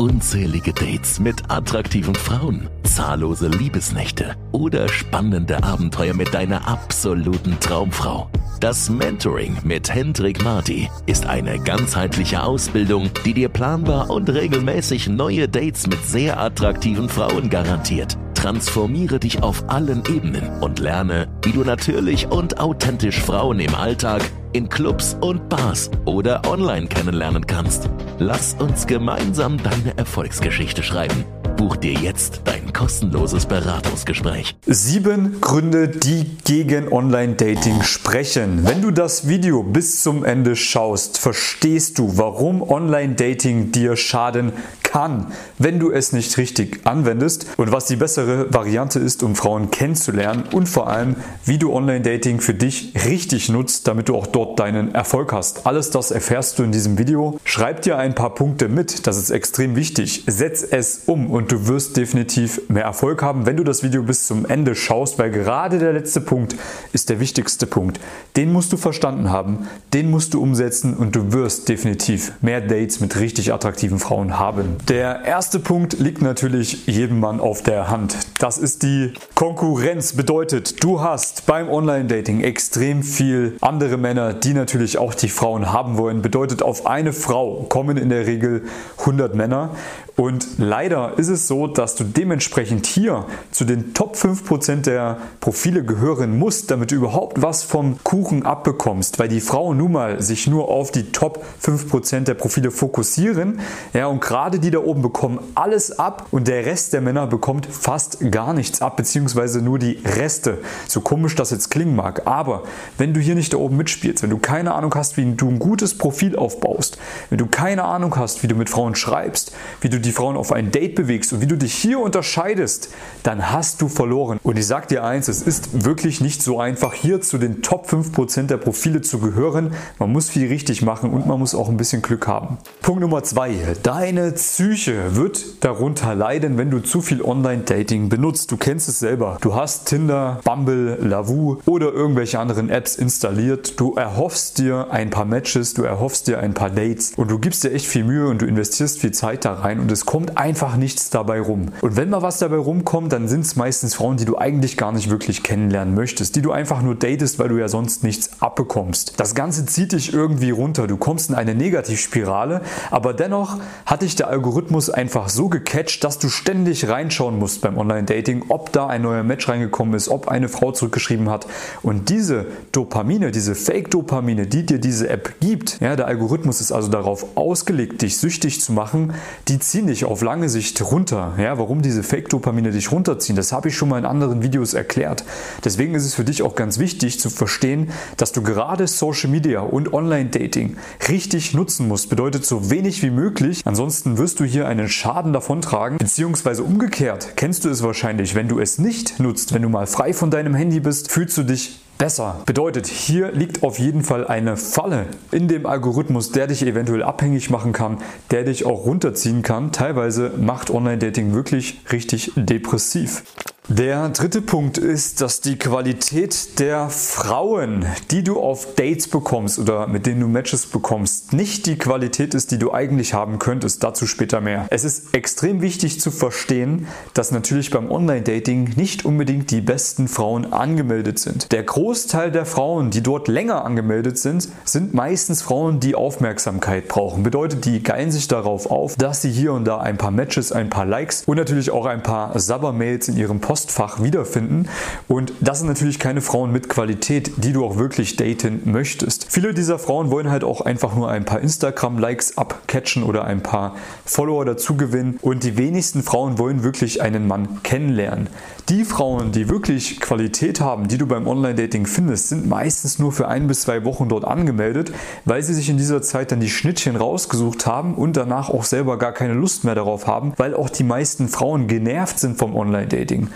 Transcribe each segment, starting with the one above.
unzählige Dates mit attraktiven Frauen, zahllose Liebesnächte oder spannende Abenteuer mit deiner absoluten Traumfrau? Das Mentoring mit Hendrik Marty ist eine ganzheitliche Ausbildung, die dir planbar und regelmäßig neue Dates mit sehr attraktiven Frauen garantiert. Transformiere dich auf allen Ebenen und lerne, wie du natürlich und authentisch Frauen im Alltag, in Clubs und Bars oder online kennenlernen kannst. Lass uns gemeinsam deine Erfolgsgeschichte schreiben. Buch dir jetzt dein kostenloses Beratungsgespräch. 7 Gründe, die gegen Online-Dating sprechen. Wenn du das Video bis zum Ende schaust, verstehst du, warum Online-Dating dir schaden kann, wenn du es nicht richtig anwendest und was die bessere Variante ist, um Frauen kennenzulernen und vor allem, wie du Online-Dating für dich richtig nutzt, damit du auch dort deinen Erfolg hast. Alles das erfährst du in diesem Video. Schreib dir ein paar Punkte mit, das ist extrem wichtig. Setz es um und du wirst definitiv mehr Erfolg haben, wenn du das Video bis zum Ende schaust, weil gerade der letzte Punkt ist der wichtigste Punkt. Den musst du verstanden haben, den musst du umsetzen und du wirst definitiv mehr Dates mit richtig attraktiven Frauen haben. Der erste Punkt liegt natürlich jedem Mann auf der Hand. Das ist die Konkurrenz. Bedeutet, du hast beim Online-Dating extrem viel andere Männer, die natürlich auch die Frauen haben wollen. Bedeutet, auf eine Frau kommen in der Regel 100 Männer. Und leider ist es so, dass du dementsprechend hier zu den Top 5% der Profile gehören musst, damit du überhaupt was vom Kuchen abbekommst, weil die Frauen nun mal sich nur auf die Top 5% der Profile fokussieren. Ja, und gerade die da oben bekommen alles ab und der Rest der Männer bekommt fast gar nichts ab, beziehungsweise nur die Reste. So komisch das jetzt klingen mag, aber wenn du hier nicht da oben mitspielst, wenn du keine Ahnung hast, wie du ein gutes Profil aufbaust, wenn du keine Ahnung hast, wie du mit Frauen schreibst, wie du die Frauen auf ein Date bewegst und wie du dich hier unterscheidest, dann hast du verloren. Und ich sag dir eins, es ist wirklich nicht so einfach, hier zu den Top 5% der Profile zu gehören. Man muss viel richtig machen und man muss auch ein bisschen Glück haben. Punkt Nummer 2. Deine Psyche wird darunter leiden, wenn du zu viel Online-Dating benutzt. Du kennst es selber. Du hast Tinder, Bumble, Lavu oder irgendwelche anderen Apps installiert. Du erhoffst dir ein paar Matches, du erhoffst dir ein paar Dates und du gibst dir echt viel Mühe und du investierst viel Zeit da rein und es kommt einfach nichts dabei rum. Und wenn mal was dabei rumkommt, dann sind es meistens Frauen, die du eigentlich gar nicht wirklich kennenlernen möchtest, die du einfach nur datest, weil du ja sonst nichts abbekommst. Das Ganze zieht dich irgendwie runter. Du kommst in eine Negativspirale, aber dennoch hat dich der Algorithmus einfach so gecatcht, dass du ständig reinschauen musst beim Online-Dating, ob da ein neuer Match reingekommen ist, ob eine Frau zurückgeschrieben hat. Und diese Dopamine, diese Fake-Dopamine, die dir diese App gibt, ja, der Algorithmus ist also darauf ausgelegt, dich süchtig zu machen, die ziehen dich auf lange Sicht runter. Ja, warum diese Fake-Dopamine dich runterziehen, das habe ich schon mal in anderen Videos erklärt. Deswegen ist es für dich auch ganz wichtig zu verstehen, dass du gerade Social Media und Online-Dating richtig nutzen musst. Bedeutet so wenig wie möglich, ansonsten wirst du hier einen Schaden davontragen, beziehungsweise umgekehrt kennst du es wahrscheinlich, wenn du es nicht nutzt, wenn du mal frei von deinem Handy bist, fühlst du dich besser. Bedeutet, hier liegt auf jeden Fall eine Falle in dem Algorithmus, der dich eventuell abhängig machen kann, der dich auch runterziehen kann. Teilweise macht Online-Dating wirklich richtig depressiv. Der dritte Punkt ist, dass die Qualität der Frauen, die du auf Dates bekommst oder mit denen du Matches bekommst, nicht die Qualität ist, die du eigentlich haben könntest. Dazu später mehr. Es ist extrem wichtig zu verstehen, dass natürlich beim Online-Dating nicht unbedingt die besten Frauen angemeldet sind. Der Großteil der Frauen, die dort länger angemeldet sind, sind meistens Frauen, die Aufmerksamkeit brauchen. Bedeutet, die geilen sich darauf auf, dass sie hier und da ein paar Matches, ein paar Likes und natürlich auch ein paar Sabber-Mails in ihrem Postfach wiederfinden. Und das sind natürlich keine Frauen mit Qualität, die du auch wirklich daten möchtest. Viele dieser Frauen wollen halt auch einfach nur ein paar Instagram-Likes abcatchen oder ein paar Follower dazu gewinnen. Und die wenigsten Frauen wollen wirklich einen Mann kennenlernen. Die Frauen, die wirklich Qualität haben, die du beim Online-Dating findest, sind meistens nur für 1 bis 2 Wochen dort angemeldet, weil sie sich in dieser Zeit dann die Schnittchen rausgesucht haben und danach auch selber gar keine Lust mehr darauf haben, weil auch die meisten Frauen genervt sind vom Online-Dating.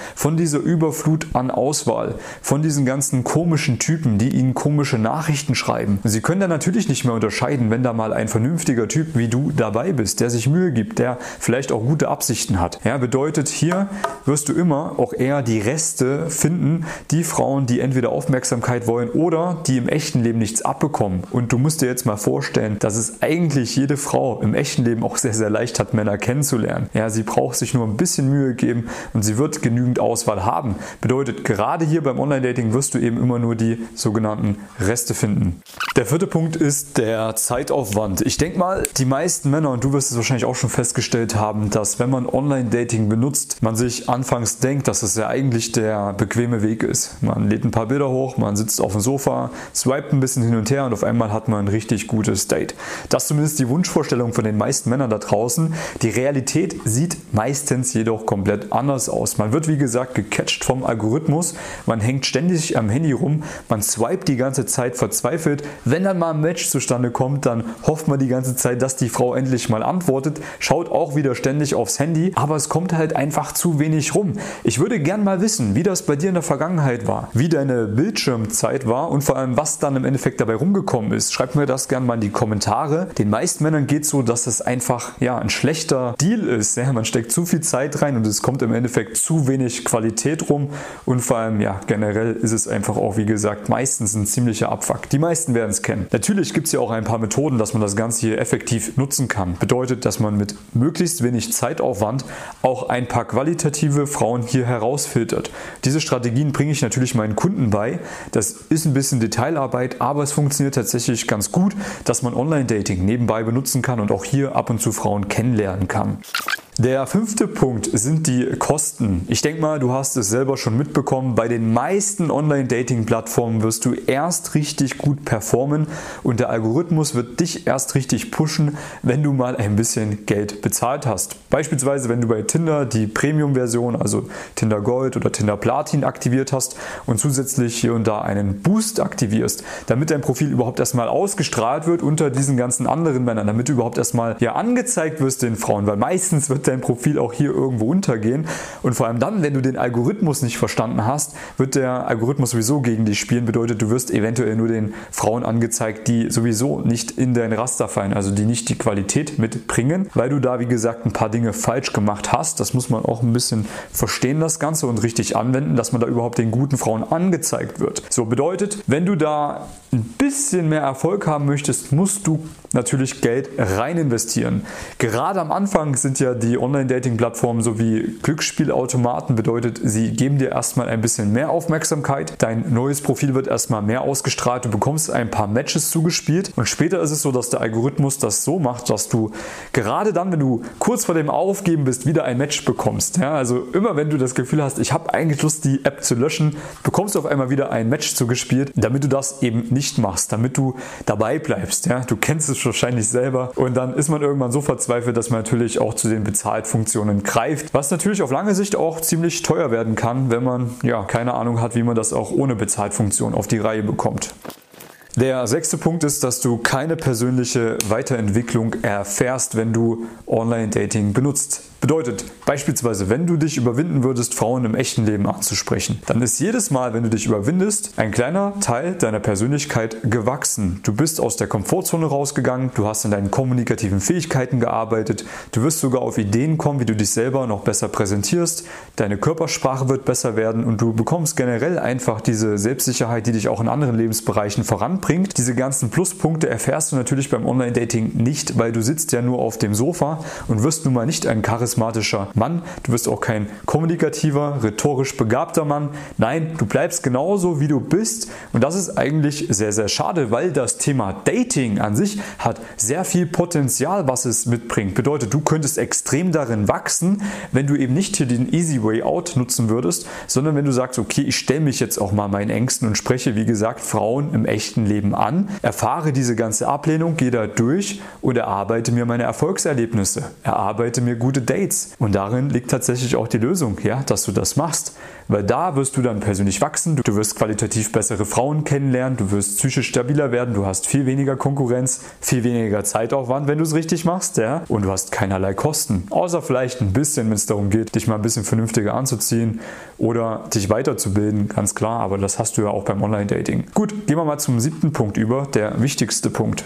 von dieser Überflut an Auswahl, von diesen ganzen komischen Typen, die ihnen komische Nachrichten schreiben. Und sie können dann natürlich nicht mehr unterscheiden, wenn da mal ein vernünftiger Typ wie du dabei bist, der sich Mühe gibt, der vielleicht auch gute Absichten hat. Ja, bedeutet, hier wirst du immer auch eher die Reste finden, die Frauen, die entweder Aufmerksamkeit wollen oder die im echten Leben nichts abbekommen. Und du musst dir jetzt mal vorstellen, dass es eigentlich jede Frau im echten Leben auch sehr, sehr leicht hat, Männer kennenzulernen. Ja, sie braucht sich nur ein bisschen Mühe geben und sie wird genügend Auswahl haben. Bedeutet, gerade hier beim Online-Dating wirst du eben immer nur die sogenannten Reste finden. Der vierte Punkt ist der Zeitaufwand. Ich denke mal, die meisten Männer, und du wirst es wahrscheinlich auch schon festgestellt haben, dass wenn man Online-Dating benutzt, man sich anfangs denkt, dass es ja eigentlich der bequeme Weg ist. Man lädt ein paar Bilder hoch, man sitzt auf dem Sofa, swipet ein bisschen hin und her und auf einmal hat man ein richtig gutes Date. Das ist zumindest die Wunschvorstellung von den meisten Männern da draußen. Die Realität sieht meistens jedoch komplett anders aus. Man wird wie gesagt gecatcht vom Algorithmus, man hängt ständig am Handy rum, man swipet die ganze Zeit verzweifelt. Wenn dann mal ein Match zustande kommt, dann hofft man die ganze Zeit, dass die Frau endlich mal antwortet, schaut auch wieder ständig aufs Handy, aber es kommt halt einfach zu wenig rum. Ich würde gern mal wissen, wie das bei dir in der Vergangenheit war, wie deine Bildschirmzeit war und vor allem, was dann im Endeffekt dabei rumgekommen ist. Schreibt mir das gerne mal in die Kommentare. Den meisten Männern geht es so, dass es einfach ein schlechter Deal ist. Ja, man steckt zu viel Zeit rein und es kommt im Endeffekt zu wenig Qualität rum und vor allem generell ist es einfach auch, wie gesagt, meistens ein ziemlicher Abfuck. Die meisten werden es kennen. Natürlich gibt es ja auch ein paar Methoden, dass man das Ganze hier effektiv nutzen kann. Bedeutet, dass man mit möglichst wenig Zeitaufwand auch ein paar qualitative Frauen hier herausfiltert. Diese Strategien bringe ich natürlich meinen Kunden bei. Das ist ein bisschen Detailarbeit, aber es funktioniert tatsächlich ganz gut, dass man Online-Dating nebenbei benutzen kann und auch hier ab und zu Frauen kennenlernen kann. Der fünfte Punkt sind die Kosten. Ich denke mal, du hast es selber schon mitbekommen, bei den meisten Online-Dating-Plattformen wirst du erst richtig gut performen und der Algorithmus wird dich erst richtig pushen, wenn du mal ein bisschen Geld bezahlt hast. Beispielsweise, wenn du bei Tinder die Premium-Version, also Tinder Gold oder Tinder Platin aktiviert hast und zusätzlich hier und da einen Boost aktivierst, damit dein Profil überhaupt erstmal ausgestrahlt wird unter diesen ganzen anderen Männern, damit du überhaupt erstmal angezeigt wirst den Frauen, weil meistens wird dein Profil auch hier irgendwo untergehen und vor allem dann, wenn du den Algorithmus nicht verstanden hast, wird der Algorithmus sowieso gegen dich spielen, bedeutet, du wirst eventuell nur den Frauen angezeigt, die sowieso nicht in dein Raster fallen, also die nicht die Qualität mitbringen, weil du da wie gesagt ein paar Dinge falsch gemacht hast. Das muss man auch ein bisschen verstehen, das Ganze, und richtig anwenden, dass man da überhaupt den guten Frauen angezeigt wird. So bedeutet, wenn du da ein bisschen mehr Erfolg haben möchtest, musst du natürlich Geld rein investieren. Gerade am Anfang sind ja die Online-Dating-Plattformen sowie Glücksspielautomaten, bedeutet, sie geben dir erstmal ein bisschen mehr Aufmerksamkeit. Dein neues Profil wird erstmal mehr ausgestrahlt, du bekommst ein paar Matches zugespielt und später ist es so, dass der Algorithmus das so macht, dass du gerade dann, wenn du kurz vor dem Aufgeben bist, wieder ein Match bekommst. Ja, also immer wenn du das Gefühl hast, ich habe eigentlich Lust, die App zu löschen, bekommst du auf einmal wieder ein Match zugespielt, damit du das eben nicht machst, damit du dabei bleibst. Ja, du kennst es wahrscheinlich selber und dann ist man irgendwann so verzweifelt, dass man natürlich auch zu den Bezahltfunktionen greift, was natürlich auf lange Sicht auch ziemlich teuer werden kann, wenn man keine Ahnung hat, wie man das auch ohne Bezahlfunktion auf die Reihe bekommt. Der sechste Punkt ist, dass du keine persönliche Weiterentwicklung erfährst, wenn du Online-Dating benutzt. Bedeutet beispielsweise, wenn du dich überwinden würdest, Frauen im echten Leben anzusprechen, dann ist jedes Mal, wenn du dich überwindest, ein kleiner Teil deiner Persönlichkeit gewachsen. Du bist aus der Komfortzone rausgegangen, du hast an deinen kommunikativen Fähigkeiten gearbeitet, du wirst sogar auf Ideen kommen, wie du dich selber noch besser präsentierst, deine Körpersprache wird besser werden und du bekommst generell einfach diese Selbstsicherheit, die dich auch in anderen Lebensbereichen voranbringt. Diese ganzen Pluspunkte erfährst du natürlich beim Online-Dating nicht, weil du sitzt ja nur auf dem Sofa und wirst nun mal nicht ein charismatischer Mann, du wirst auch kein kommunikativer, rhetorisch begabter Mann. Nein, du bleibst genauso, wie du bist und das ist eigentlich sehr, sehr schade, weil das Thema Dating an sich hat sehr viel Potenzial, was es mitbringt. Bedeutet, du könntest extrem darin wachsen, wenn du eben nicht hier den Easy Way Out nutzen würdest, sondern wenn du sagst, okay, ich stelle mich jetzt auch mal meinen Ängsten und spreche, wie gesagt, Frauen im echten Leben Leben an, erfahre diese ganze Ablehnung, gehe da durch und erarbeite mir meine Erfolgserlebnisse, erarbeite mir gute Dates. Und darin liegt tatsächlich auch die Lösung, ja, dass du das machst. Weil da wirst du dann persönlich wachsen, du wirst qualitativ bessere Frauen kennenlernen, du wirst psychisch stabiler werden, du hast viel weniger Konkurrenz, viel weniger Zeitaufwand, wenn du es richtig machst, ja, und du hast keinerlei Kosten. Außer vielleicht ein bisschen, wenn es darum geht, dich mal ein bisschen vernünftiger anzuziehen oder dich weiterzubilden, ganz klar, aber das hast du ja auch beim Online-Dating. Gut, gehen wir mal zum 7. Punkt über, der wichtigste Punkt.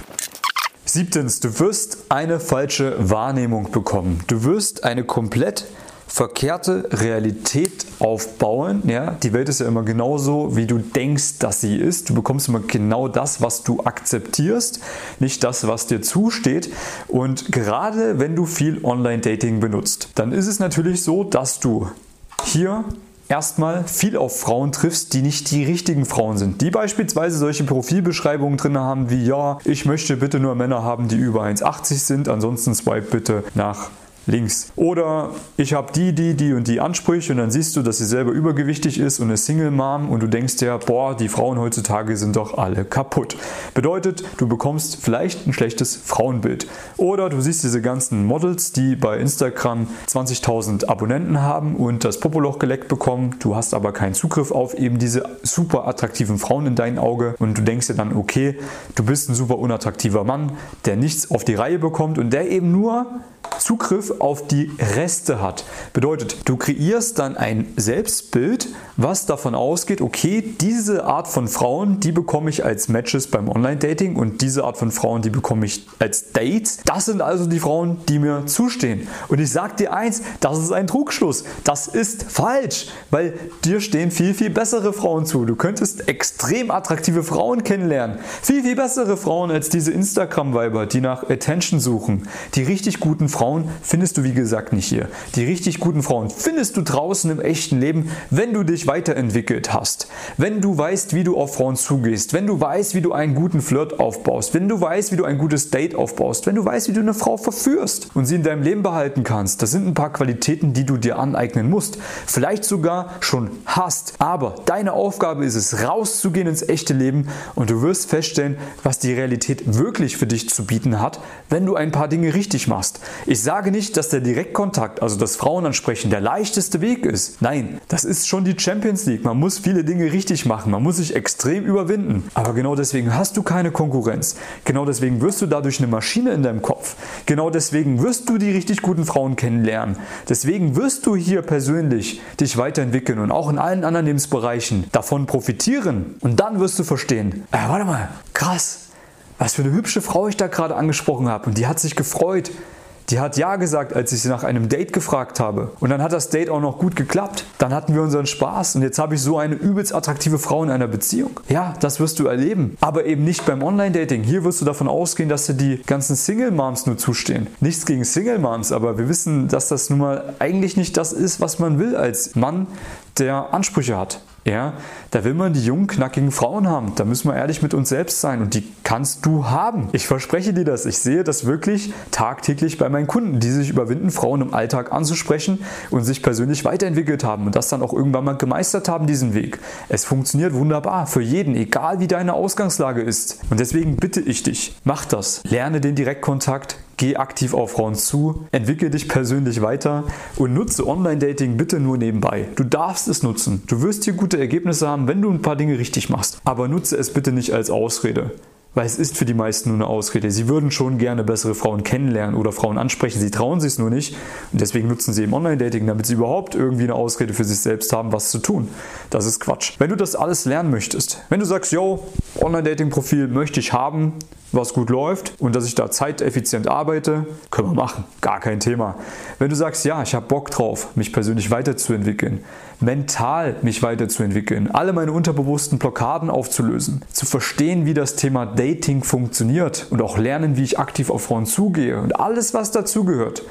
7. Du wirst eine falsche Wahrnehmung bekommen. Du wirst eine komplett verkehrte Realität aufbauen. Ja? Die Welt ist ja immer genauso, wie du denkst, dass sie ist. Du bekommst immer genau das, was du akzeptierst, nicht das, was dir zusteht. Und gerade wenn du viel Online-Dating benutzt, dann ist es natürlich so, dass du hier erstmal viel auf Frauen triffst, die nicht die richtigen Frauen sind. Die beispielsweise solche Profilbeschreibungen drin haben wie, ja, ich möchte bitte nur Männer haben, die über 1,80 sind, ansonsten swipe bitte nach links. Oder ich habe die und die Ansprüche und dann siehst du, dass sie selber übergewichtig ist und eine Single Mom und du denkst dir, boah, die Frauen heutzutage sind doch alle kaputt. Bedeutet, du bekommst vielleicht ein schlechtes Frauenbild. Oder du siehst diese ganzen Models, die bei Instagram 20.000 Abonnenten haben und das Popoloch geleckt bekommen. Du hast aber keinen Zugriff auf eben diese super attraktiven Frauen in dein Auge und du denkst dir dann, okay, du bist ein super unattraktiver Mann, der nichts auf die Reihe bekommt und der eben nur Zugriff auf die Reste hat. Bedeutet, du kreierst dann ein Selbstbild, was davon ausgeht, okay, diese Art von Frauen, die bekomme ich als Matches beim Online-Dating und diese Art von Frauen, die bekomme ich als Dates. Das sind also die Frauen, die mir zustehen. Und ich sage dir eins, das ist ein Trugschluss. Das ist falsch, weil dir stehen viel, viel bessere Frauen zu. Du könntest extrem attraktive Frauen kennenlernen. Viel, viel bessere Frauen als diese Instagram-Weiber, die nach Attention suchen. Die richtig guten Frauen findest du wie gesagt nicht hier. Die richtig guten Frauen findest du draußen im echten Leben, wenn du dich weiterentwickelt hast. Wenn du weißt, wie du auf Frauen zugehst. Wenn du weißt, wie du einen guten Flirt aufbaust. Wenn du weißt, wie du ein gutes Date aufbaust. Wenn du weißt, wie du eine Frau verführst und sie in deinem Leben behalten kannst. Das sind ein paar Qualitäten, die du dir aneignen musst. Vielleicht sogar schon hast. Aber deine Aufgabe ist es, rauszugehen ins echte Leben und du wirst feststellen, was die Realität wirklich für dich zu bieten hat, wenn du ein paar Dinge richtig machst. Ich sage nicht, dass der Direktkontakt, also das Frauenansprechen, der leichteste Weg ist. Nein, das ist schon die Champions League. Man muss viele Dinge richtig machen. Man muss sich extrem überwinden. Aber genau deswegen hast du keine Konkurrenz. Genau deswegen wirst du dadurch eine Maschine in deinem Kopf. Genau deswegen wirst du die richtig guten Frauen kennenlernen. Deswegen wirst du hier persönlich dich weiterentwickeln und auch in allen anderen Lebensbereichen davon profitieren. Und dann wirst du verstehen, warte mal, krass, was für eine hübsche Frau ich da gerade angesprochen habe. Und die hat sich gefreut. Die hat ja gesagt, als ich sie nach einem Date gefragt habe. Und dann hat das Date auch noch gut geklappt. Dann hatten wir unseren Spaß und jetzt habe ich so eine übelst attraktive Frau in einer Beziehung. Ja, das wirst du erleben. Aber eben nicht beim Online-Dating. Hier wirst du davon ausgehen, dass dir die ganzen Single-Moms nur zustehen. Nichts gegen Single-Moms, aber wir wissen, dass das nun mal eigentlich nicht das ist, was man will als Mann, der Ansprüche hat. Ja, da will man die jungen, knackigen Frauen haben. Da müssen wir ehrlich mit uns selbst sein und die kannst du haben. Ich verspreche dir das. Ich sehe das wirklich tagtäglich bei meinen Kunden, die sich überwinden, Frauen im Alltag anzusprechen und sich persönlich weiterentwickelt haben und das dann auch irgendwann mal gemeistert haben, diesen Weg. Es funktioniert wunderbar für jeden, egal wie deine Ausgangslage ist. Und deswegen bitte ich dich, mach das. Lerne den Direktkontakt. Geh aktiv auf Frauen zu, entwickle dich persönlich weiter und nutze Online-Dating bitte nur nebenbei. Du darfst es nutzen. Du wirst hier gute Ergebnisse haben, wenn du ein paar Dinge richtig machst. Aber nutze es bitte nicht als Ausrede. Weil es ist für die meisten nur eine Ausrede. Sie würden schon gerne bessere Frauen kennenlernen oder Frauen ansprechen. Sie trauen sich es nur nicht und deswegen nutzen sie eben Online-Dating, damit sie überhaupt irgendwie eine Ausrede für sich selbst haben, was zu tun. Das ist Quatsch. Wenn du das alles lernen möchtest, wenn du sagst, yo, Online-Dating-Profil möchte ich haben, was gut läuft und dass ich da zeiteffizient arbeite, können wir machen. Gar kein Thema. Wenn du sagst, ja, ich habe Bock drauf, mich persönlich weiterzuentwickeln, mental mich weiterzuentwickeln, alle meine unterbewussten Blockaden aufzulösen, zu verstehen, wie das Thema Dating funktioniert und auch lernen, wie ich aktiv auf Frauen zugehe und alles, was dazugehört,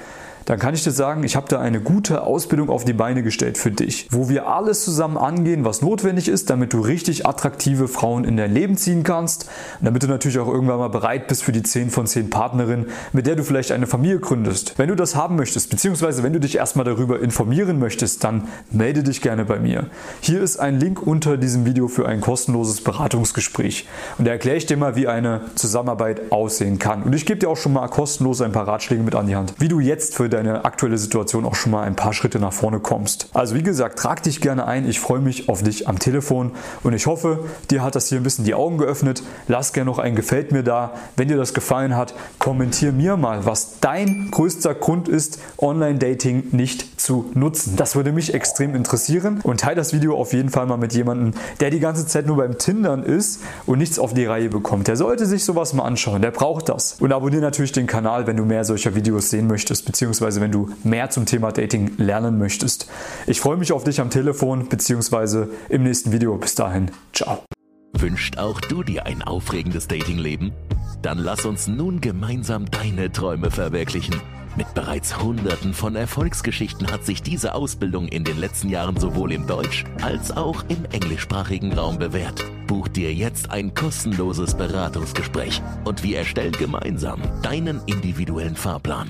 dann kann ich dir sagen, ich habe da eine gute Ausbildung auf die Beine gestellt für dich, wo wir alles zusammen angehen, was notwendig ist, damit du richtig attraktive Frauen in dein Leben ziehen kannst und damit du natürlich auch irgendwann mal bereit bist für die 10 von 10 Partnerin, mit der du vielleicht eine Familie gründest. Wenn du das haben möchtest, beziehungsweise wenn du dich erstmal darüber informieren möchtest, dann melde dich gerne bei mir. Hier ist ein Link unter diesem Video für ein kostenloses Beratungsgespräch und da erkläre ich dir mal, wie eine Zusammenarbeit aussehen kann. Und ich gebe dir auch schon mal kostenlos ein paar Ratschläge mit an die Hand, wie du jetzt für deine aktuelle Situation auch schon mal ein paar Schritte nach vorne kommst. Also wie gesagt, trag dich gerne ein. Ich freue mich auf dich am Telefon und ich hoffe, dir hat das hier ein bisschen die Augen geöffnet. Lass gerne noch ein Gefällt mir da. Wenn dir das gefallen hat, kommentier mir mal, was dein größter Grund ist, Online-Dating nicht zu nutzen. Das würde mich extrem interessieren und teile das Video auf jeden Fall mal mit jemandem, der die ganze Zeit nur beim Tindern ist und nichts auf die Reihe bekommt. Der sollte sich sowas mal anschauen, der braucht das. Und abonniere natürlich den Kanal, wenn du mehr solcher Videos sehen möchtest, beziehungsweise wenn du mehr zum Thema Dating lernen möchtest. Ich freue mich auf dich am Telefon, beziehungsweise im nächsten Video. Bis dahin, ciao. Wünscht auch du dir ein aufregendes Datingleben? Dann lass uns nun gemeinsam deine Träume verwirklichen. Mit bereits Hunderten von Erfolgsgeschichten hat sich diese Ausbildung in den letzten Jahren sowohl im Deutsch- als auch im englischsprachigen Raum bewährt. Buch dir jetzt ein kostenloses Beratungsgespräch und wir erstellen gemeinsam deinen individuellen Fahrplan.